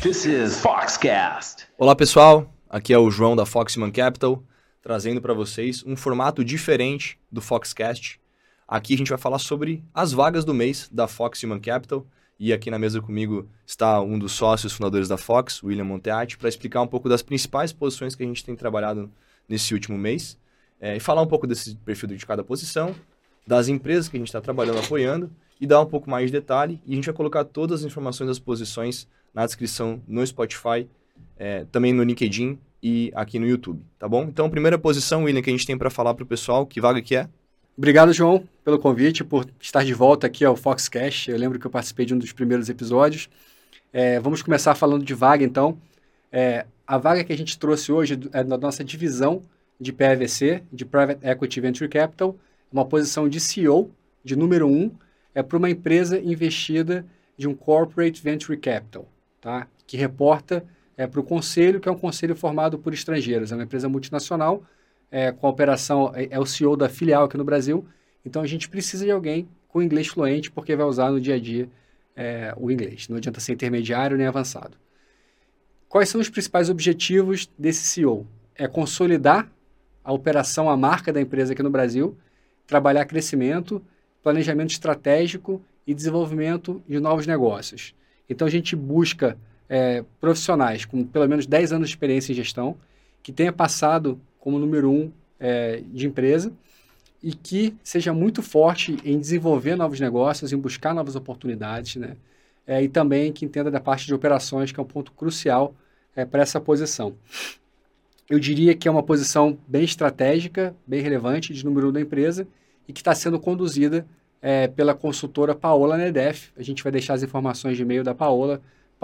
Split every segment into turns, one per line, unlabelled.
This is Foxcast.
Olá pessoal, aqui é o João da Fox Human Capital, trazendo para vocês um formato diferente do Foxcast. Aqui a gente vai falar sobre as vagas do mês da Fox Human Capital, e aqui na mesa comigo está um dos sócios fundadores da Fox, William Monteatti, para explicar um pouco das principais posições que a gente tem trabalhado nesse último mês, e falar um pouco desse perfil de cada posição, das empresas que a gente está trabalhando, apoiando, e dar um pouco mais de detalhe, e a gente vai colocar todas as informações das posições na descrição no Spotify, também no LinkedIn e aqui no YouTube, tá bom? Então, a primeira posição, William, que a gente tem para falar para o pessoal, que vaga que é?
Obrigado, João, pelo convite, por estar de volta aqui ao Foxcast. Eu lembro que eu participei de um dos primeiros episódios. Vamos começar falando de vaga, então. A vaga que a gente trouxe hoje é da nossa divisão de PEVC, de Private Equity Venture Capital, uma posição de CEO, de número 1, para uma empresa investida de um Corporate Venture Capital, tá? Que reporta para o conselho, que é um conselho formado por estrangeiros. É uma empresa multinacional, com a operação, é o CEO da filial aqui no Brasil. Então, a gente precisa de alguém com inglês fluente, porque vai usar no dia a dia o inglês. Não adianta ser intermediário nem avançado. Quais são os principais objetivos desse CEO? É consolidar a operação, a marca da empresa aqui no Brasil, trabalhar crescimento, planejamento estratégico e desenvolvimento de novos negócios. Então, a gente busca profissionais com pelo menos 10 anos de experiência em gestão, que tenha passado como número 1 de empresa e que seja muito forte em desenvolver novos negócios, em buscar novas oportunidades, né? E também que entenda da parte de operações, que é um ponto crucial para essa posição. Eu diria que é uma posição bem estratégica, bem relevante, de número 1 da empresa e que está sendo conduzida pela consultora Paola Nedef. A gente vai deixar as informações de e-mail da Paola,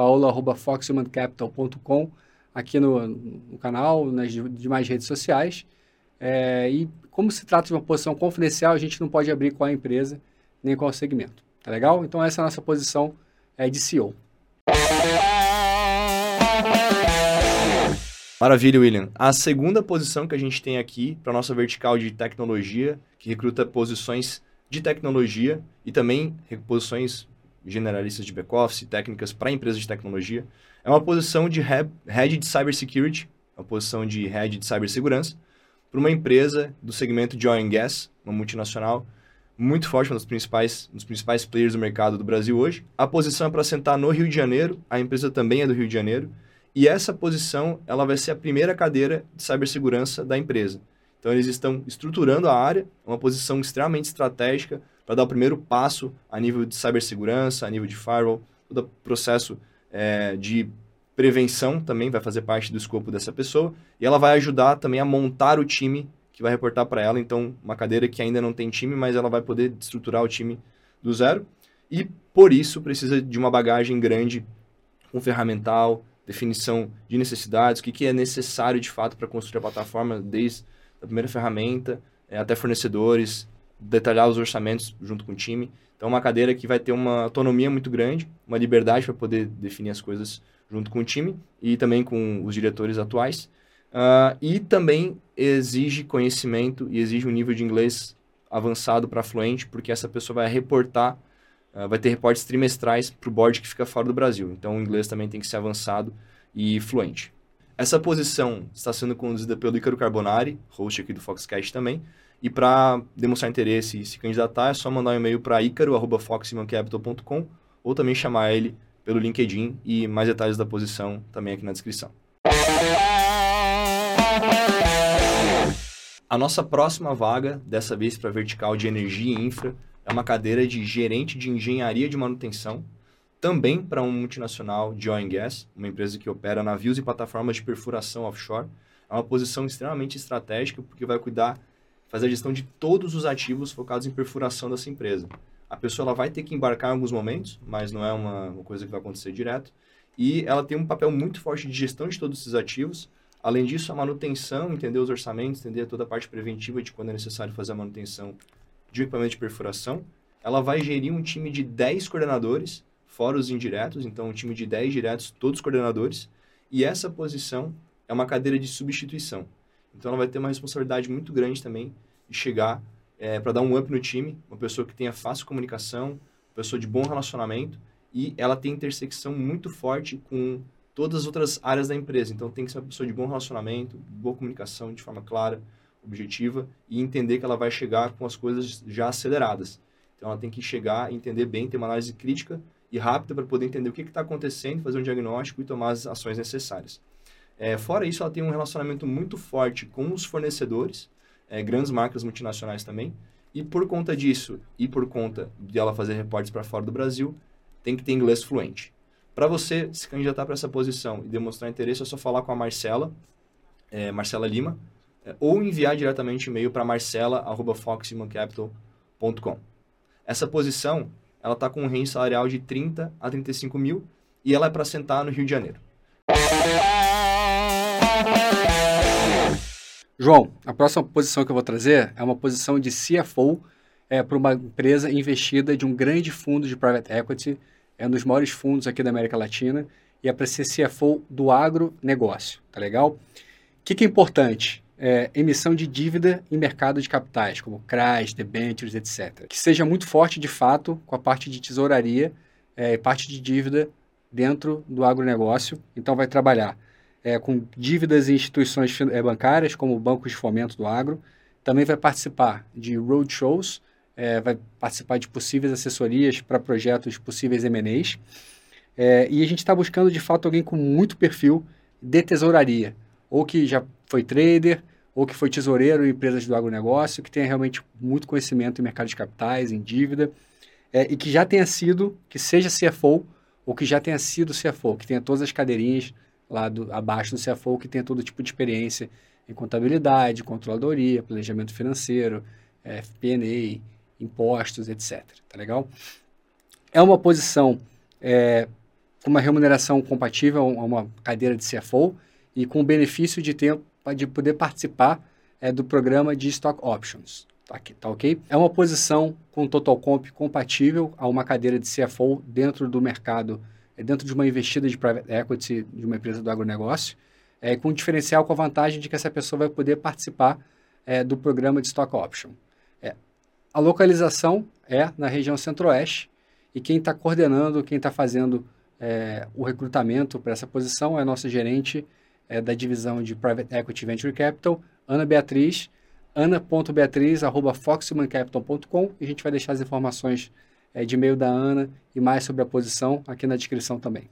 paola@foxhumancapital.com, aqui no canal, nas demais redes sociais. E como se trata de uma posição confidencial, a gente não pode abrir qual é a empresa, nem qual é o segmento. Tá legal? Então, essa é a nossa posição de CEO.
Maravilha, William. A segunda posição que a gente tem aqui para a nossa vertical de tecnologia, que recruta posições de tecnologia e também posições generalistas de back-office, técnicas para empresas de tecnologia, é uma posição de Head de Cybersecurity, uma posição de Head de Cybersegurança, para uma empresa do segmento de Oil and Gas, uma multinacional muito forte, um dos principais players do mercado do Brasil hoje. A posição é para sentar no Rio de Janeiro, a empresa também é do Rio de Janeiro, e essa posição ela vai ser a primeira cadeira de cibersegurança da empresa. Então, eles estão estruturando a área, uma posição extremamente estratégica para dar o primeiro passo a nível de cibersegurança, a nível de firewall, todo o processo de prevenção também vai fazer parte do escopo dessa pessoa, e ela vai ajudar também a montar o time que vai reportar para ela. Então, uma cadeira que ainda não tem time, mas ela vai poder estruturar o time do zero, e por isso precisa de uma bagagem grande com ferramental, definição de necessidades, o que é necessário de fato para construir a plataforma, desde a primeira ferramenta até fornecedores, detalhar os orçamentos junto com o time. Então, uma cadeira que vai ter uma autonomia muito grande, uma liberdade para poder definir as coisas junto com o time e também com os diretores atuais. E também exige conhecimento e exige um nível de inglês avançado para fluente, porque essa pessoa vai reportar, vai ter reportes trimestrais para o board que fica fora do Brasil. Então, o inglês também tem que ser avançado e fluente. Essa posição está sendo conduzida pelo Ícaro Carbonari, host aqui do Foxcast também. E para demonstrar interesse e se candidatar, é só mandar um e-mail para icaro@foxhumancapital.com ou também chamar ele pelo LinkedIn, e mais detalhes da posição também aqui na descrição. A nossa próxima vaga, dessa vez para vertical de energia e infra, é uma cadeira de gerente de engenharia de manutenção, também para uma multinacional de Oil and Gas, uma empresa que opera navios e plataformas de perfuração offshore. É uma posição extremamente estratégica, porque vai fazer a gestão de todos os ativos focados em perfuração dessa empresa. A pessoa ela vai ter que embarcar em alguns momentos, mas não é uma coisa que vai acontecer direto. E ela tem um papel muito forte de gestão de todos esses ativos. Além disso, a manutenção, entender os orçamentos, entender toda a parte preventiva de quando é necessário fazer a manutenção de equipamento de perfuração. Ela vai gerir um time de 10 coordenadores, fora os indiretos, então um time de 10 diretos, todos coordenadores. E essa posição é uma cadeira de substituição. Então, ela vai ter uma responsabilidade muito grande também de chegar para dar um up no time, uma pessoa que tenha fácil comunicação, uma pessoa de bom relacionamento, e ela tem intersecção muito forte com todas as outras áreas da empresa. Então, tem que ser uma pessoa de bom relacionamento, boa comunicação, de forma clara, objetiva, e entender que ela vai chegar com as coisas já aceleradas. Então, ela tem que chegar, entender bem, ter uma análise crítica e rápida para poder entender o que está acontecendo, fazer um diagnóstico e tomar as ações necessárias. Fora isso, ela tem um relacionamento muito forte com os fornecedores, grandes marcas multinacionais também, e por conta disso, e por conta de ela fazer reportes para fora do Brasil, tem que ter inglês fluente. Para você se candidatar para essa posição e demonstrar interesse, é só falar com a Marcela, Marcela Lima, ou enviar diretamente e-mail para marcela@foxhumancapital.com. Essa posição, ela está com um range salarial de 30 a 35 mil e ela é para sentar no Rio de Janeiro.
João, a próxima posição que eu vou trazer é uma posição de CFO para uma empresa investida de um grande fundo de private equity, um dos maiores fundos aqui da América Latina, e é para ser CFO do agronegócio, tá legal? O que é importante? Emissão de dívida em mercado de capitais, como CRAs, debêntures, etc. Que seja muito forte, de fato, com a parte de tesouraria e parte de dívida dentro do agronegócio. Então, vai trabalhar com dívidas em instituições bancárias, como bancos de fomento do agro. Também vai participar de roadshows, vai participar de possíveis assessorias para projetos possíveis M&As. E a gente está buscando, de fato, alguém com muito perfil de tesouraria, ou que já foi trader, ou que foi tesoureiro em empresas do agronegócio, que tenha realmente muito conhecimento em mercado de capitais, em dívida, e que já tenha sido, que seja CFO, ou que já tenha sido CFO, que tenha todas as cadeirinhas lá abaixo do CFO, que tenha todo tipo de experiência em contabilidade, controladoria, planejamento financeiro, FP&A, impostos, etc. Tá legal? É uma posição com uma remuneração compatível a uma cadeira de CFO e com o benefício de poder participar do programa de Stock Options. Tá ok? É uma posição com Total Comp compatível a uma cadeira de CFO dentro do mercado, dentro de uma investida de private equity de uma empresa do agronegócio, com um diferencial, com a vantagem de que essa pessoa vai poder participar do programa de Stock Option. A localização é na região centro-oeste e quem está coordenando, quem está fazendo o recrutamento para essa posição é a nossa gerente da divisão de Private Equity Venture Capital, Ana Beatriz, ana.beatriz@foxhumancapital.com, e a gente vai deixar as informações de e-mail da Ana e mais sobre a posição aqui na descrição também.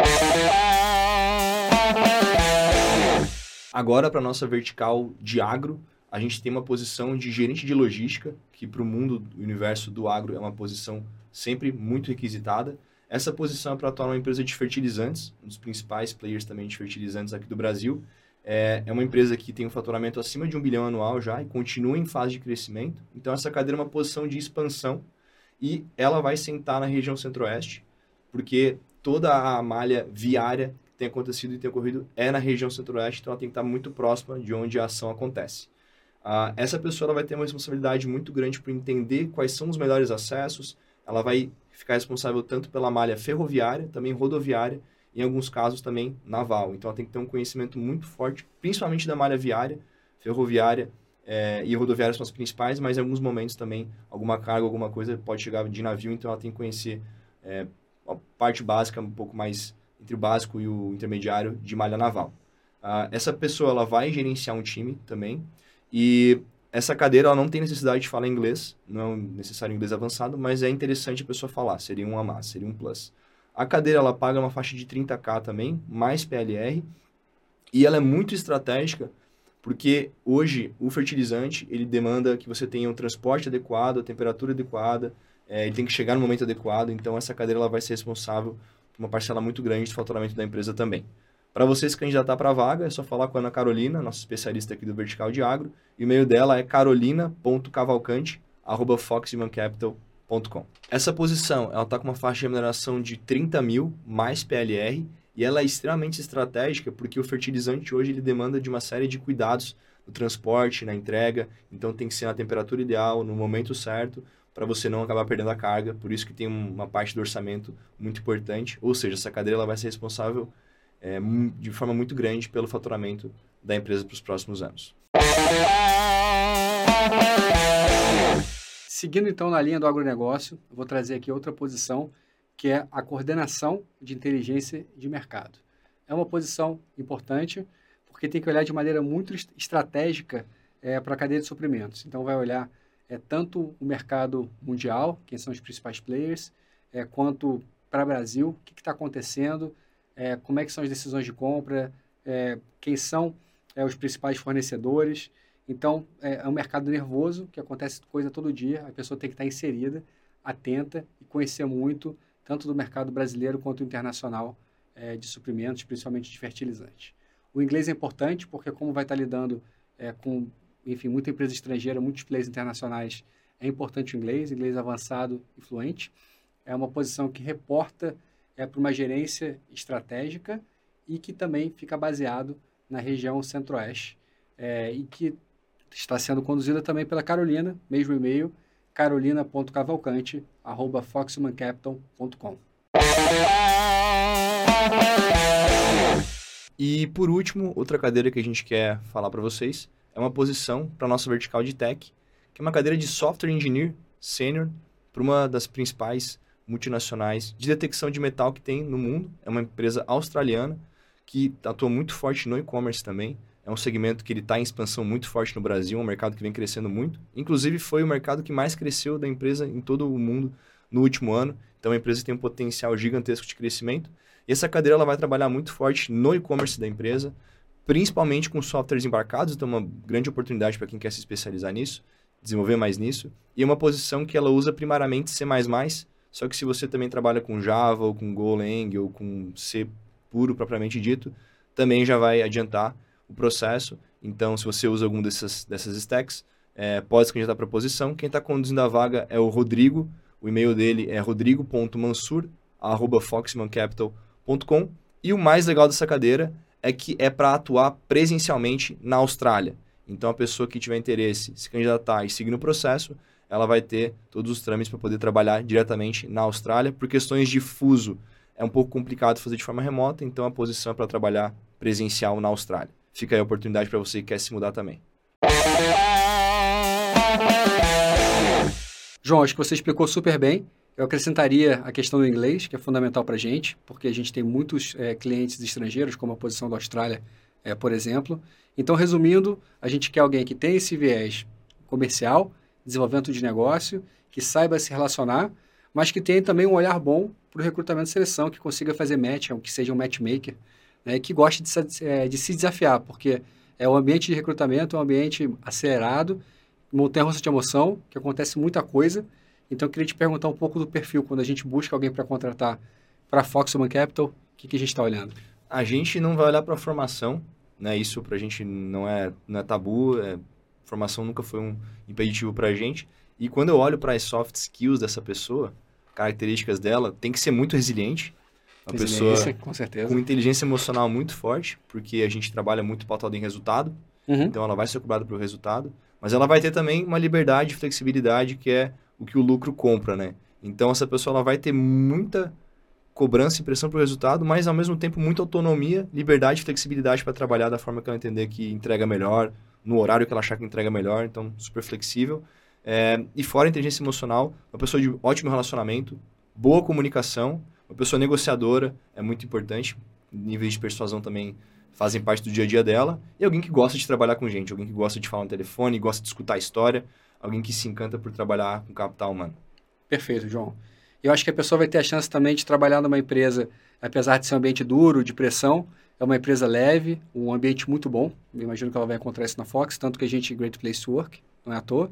Agora, para a nossa vertical de agro, a gente tem uma posição de gerente de logística, que para o mundo, do universo do agro, é uma posição sempre muito requisitada. Essa posição é para atuar numa empresa de fertilizantes, um dos principais players também de fertilizantes aqui do Brasil. É uma empresa que tem um faturamento acima de 1 bilhão anual já e continua em fase de crescimento. Então, essa cadeira é uma posição de expansão e ela vai sentar na região centro-oeste, porque toda a malha viária que tem acontecido e tem ocorrido é na região centro-oeste, então ela tem que estar muito próxima de onde a ação acontece. Essa pessoa ela vai ter uma responsabilidade muito grande por entender quais são os melhores acessos, ela vai ficar responsável tanto pela malha ferroviária, também rodoviária, em alguns casos também naval. Então ela tem que ter um conhecimento muito forte, principalmente da malha viária, ferroviária e rodoviária são as principais, mas em alguns momentos também alguma carga, alguma coisa pode chegar de navio, então ela tem que conhecer a parte básica, um pouco mais entre o básico e o intermediário de malha naval. Essa pessoa ela vai gerenciar um time também, e essa cadeira ela não tem necessidade de falar inglês, não é necessário inglês avançado, mas é interessante a pessoa falar, seria um a mais, seria um plus. A cadeira ela paga uma faixa de 30k também, mais PLR, e ela é muito estratégica, porque hoje o fertilizante ele demanda que você tenha um transporte adequado, a temperatura adequada, ele tem que chegar no momento adequado, então essa cadeira ela vai ser responsável por uma parcela muito grande do faturamento da empresa também. Para você se candidatar para a vaga, é só falar com a Ana Carolina, nossa especialista aqui do Vertical de Agro. O e-mail dela é carolina.cavalcante@foxhumancapital.com. Essa posição, ela está com uma faixa de remuneração de 30 mil mais PLR e ela é extremamente estratégica porque o fertilizante hoje ele demanda de uma série de cuidados no transporte, na entrega. Então tem que ser na temperatura ideal, no momento certo, para você não acabar perdendo a carga. Por isso que tem uma parte do orçamento muito importante. Ou seja, essa cadeira ela vai ser responsável de forma muito grande pelo faturamento da empresa para os próximos anos.
Seguindo então na linha do agronegócio, eu vou trazer aqui outra posição, que é a coordenação de inteligência de mercado. é uma posição importante, porque tem que olhar de maneira muito estratégica para a cadeia de suprimentos. Então, vai olhar tanto o mercado mundial, quem são os principais players, quanto para o Brasil, o que está acontecendo, como é que são as decisões de compra, quem são os principais fornecedores. Então, é um mercado nervoso, que acontece coisa todo dia, a pessoa tem que estar inserida, atenta e conhecer muito, tanto do mercado brasileiro quanto internacional de suprimentos, principalmente de fertilizantes. O inglês é importante porque, como vai estar lidando com, enfim, muita empresa estrangeira, muitos players internacionais, é importante o inglês avançado e fluente. É uma posição que reporta para uma gerência estratégica e que também fica baseado na região centro-oeste e que está sendo conduzida também pela Carolina, mesmo e-mail, carolina.cavalcante@foxhumancapital.com.
E, por último, outra cadeira que a gente quer falar para vocês é uma posição para a nossa vertical de tech, que é uma cadeira de Software Engineer Senior para uma das principais multinacionais de detecção de metal que tem no mundo. É uma empresa australiana que atua muito forte no e-commerce também. É um segmento que ele está em expansão muito forte no Brasil, um mercado que vem crescendo muito. Inclusive, foi o mercado que mais cresceu da empresa em todo o mundo no último ano. Então, a empresa tem um potencial gigantesco de crescimento. E essa cadeira ela vai trabalhar muito forte no e-commerce da empresa, principalmente com softwares embarcados. Então, uma grande oportunidade para quem quer se especializar nisso, desenvolver mais nisso. E é uma posição que ela usa primariamente C++, só que se você também trabalha com Java, ou com Golang, ou com C puro propriamente dito, também já vai adiantar o processo. Então, se você usa algum dessas stacks, pode se candidatar para a posição. Quem está conduzindo a vaga é o Rodrigo. O e-mail dele é rodrigo.mansur@foxhumancapital.com. E o mais legal dessa cadeira é que é para atuar presencialmente na Austrália. Então, a pessoa que tiver interesse, se candidatar e seguir no processo, ela vai ter todos os trâmites para poder trabalhar diretamente na Austrália. Por questões de fuso, é um pouco complicado fazer de forma remota, então a posição é para trabalhar presencial na Austrália. Fica aí a oportunidade para você que quer se mudar também.
João, acho que você explicou super bem. Eu acrescentaria a questão do inglês, que é fundamental para a gente, porque a gente tem muitos clientes estrangeiros, como a posição da Austrália, por exemplo. Então, resumindo, a gente quer alguém que tenha esse viés comercial, desenvolvimento de negócio, que saiba se relacionar, mas que tenha também um olhar bom para o recrutamento e seleção, que consiga fazer match, que seja um matchmaker, né, que goste de se desafiar, porque o ambiente de recrutamento é um ambiente acelerado, montanha-russa de emoção, que acontece muita coisa. Então, eu queria te perguntar um pouco do perfil, quando a gente busca alguém para contratar para a Fox Human Capital, o que a gente está olhando?
A gente não vai olhar para a formação, né? Isso para a gente não é tabu, formação nunca foi um impeditivo para a gente. E quando eu olho para as soft skills dessa pessoa, características dela, tem que ser muito resiliente. Uma pessoa
com certeza,
com inteligência emocional muito forte, porque a gente trabalha muito pautado em resultado. Então, ela vai ser cobrada pelo resultado. Mas ela vai ter também uma liberdade e flexibilidade, que é o que o lucro compra, né? Então, essa pessoa ela vai ter muita cobrança e pressão para o resultado, mas, ao mesmo tempo, muita autonomia, liberdade e flexibilidade para trabalhar da forma que ela entender que entrega melhor, no horário que ela achar que entrega melhor. Então, super flexível. E fora a inteligência emocional, uma pessoa de ótimo relacionamento, boa comunicação, uma pessoa negociadora, é muito importante. Níveis de persuasão também fazem parte do dia a dia dela. E alguém que gosta de trabalhar com gente, alguém que gosta de falar no telefone, gosta de escutar a história, alguém que se encanta por trabalhar com capital humano.
Perfeito, João. Eu acho que a pessoa vai ter a chance também de trabalhar numa empresa, apesar de ser um ambiente duro, de pressão, é uma empresa leve, um ambiente muito bom. Eu imagino que ela vai encontrar isso na Fox, tanto que a gente Great Place to Work, não é à toa.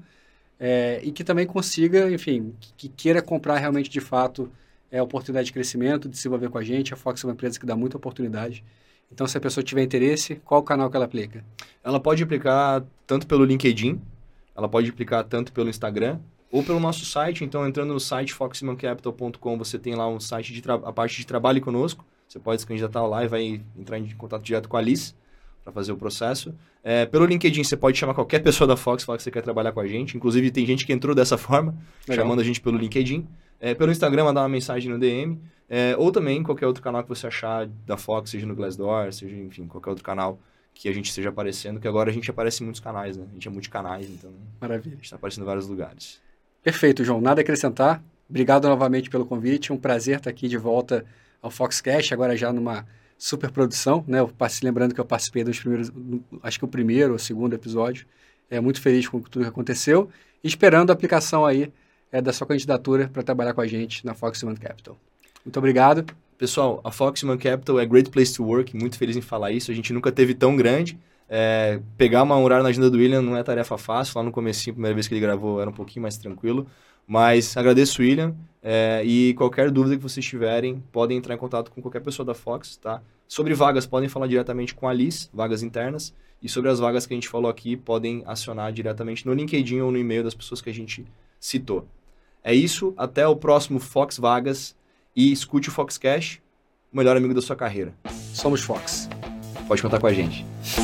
E que também consiga, enfim, que queira comprar realmente de fato oportunidade de crescimento, de se envolver com a gente. A Fox é uma empresa que dá muita oportunidade. Então, se a pessoa tiver interesse, qual o canal que ela aplica?
Ela pode aplicar tanto pelo LinkedIn, ela pode aplicar tanto pelo Instagram, ou pelo nosso site. Então, entrando no site foxhumancapital.com, você tem lá um site a parte de trabalho conosco. Você pode se candidatar lá e vai entrar em contato direto com a Liz para fazer o processo. Pelo LinkedIn, você pode chamar qualquer pessoa da Fox e falar que você quer trabalhar com a gente. Inclusive, tem gente que entrou dessa forma,
Legal.
chamando a gente pelo LinkedIn. Pelo Instagram, mandar uma mensagem no DM. Ou também qualquer outro canal que você achar da Fox, seja no Glassdoor, seja, enfim, qualquer outro canal que a gente esteja aparecendo, que agora a gente aparece em muitos canais, né? A gente é multicanais, então
Maravilha.
A gente está aparecendo em vários lugares.
Perfeito, João. Nada a acrescentar. Obrigado novamente pelo convite. Um prazer estar aqui de volta ao Foxcast, agora já numa superprodução, né? Lembrando que eu participei dos primeiros, acho que o primeiro ou segundo episódio. Muito feliz com tudo que aconteceu e esperando a aplicação aí da sua candidatura para trabalhar com a gente na Fox Human Capital. Muito obrigado.
Pessoal, a Fox Human Capital é great place to work, muito feliz em falar isso. A gente nunca teve tão grande. Pegar um horário na agenda do William não é tarefa fácil. Lá no comecinho, a primeira vez que ele gravou, era um pouquinho mais tranquilo. Mas agradeço o William e qualquer dúvida que vocês tiverem, podem entrar em contato com qualquer pessoa da Fox, tá? Sobre vagas, podem falar diretamente com a Alice, vagas internas. E sobre as vagas que a gente falou aqui, podem acionar diretamente no LinkedIn ou no e-mail das pessoas que a gente citou. É isso, até o próximo Fox Vagas e escute o Foxcast, o melhor amigo da sua carreira.
Somos Fox.
Pode contar com a gente.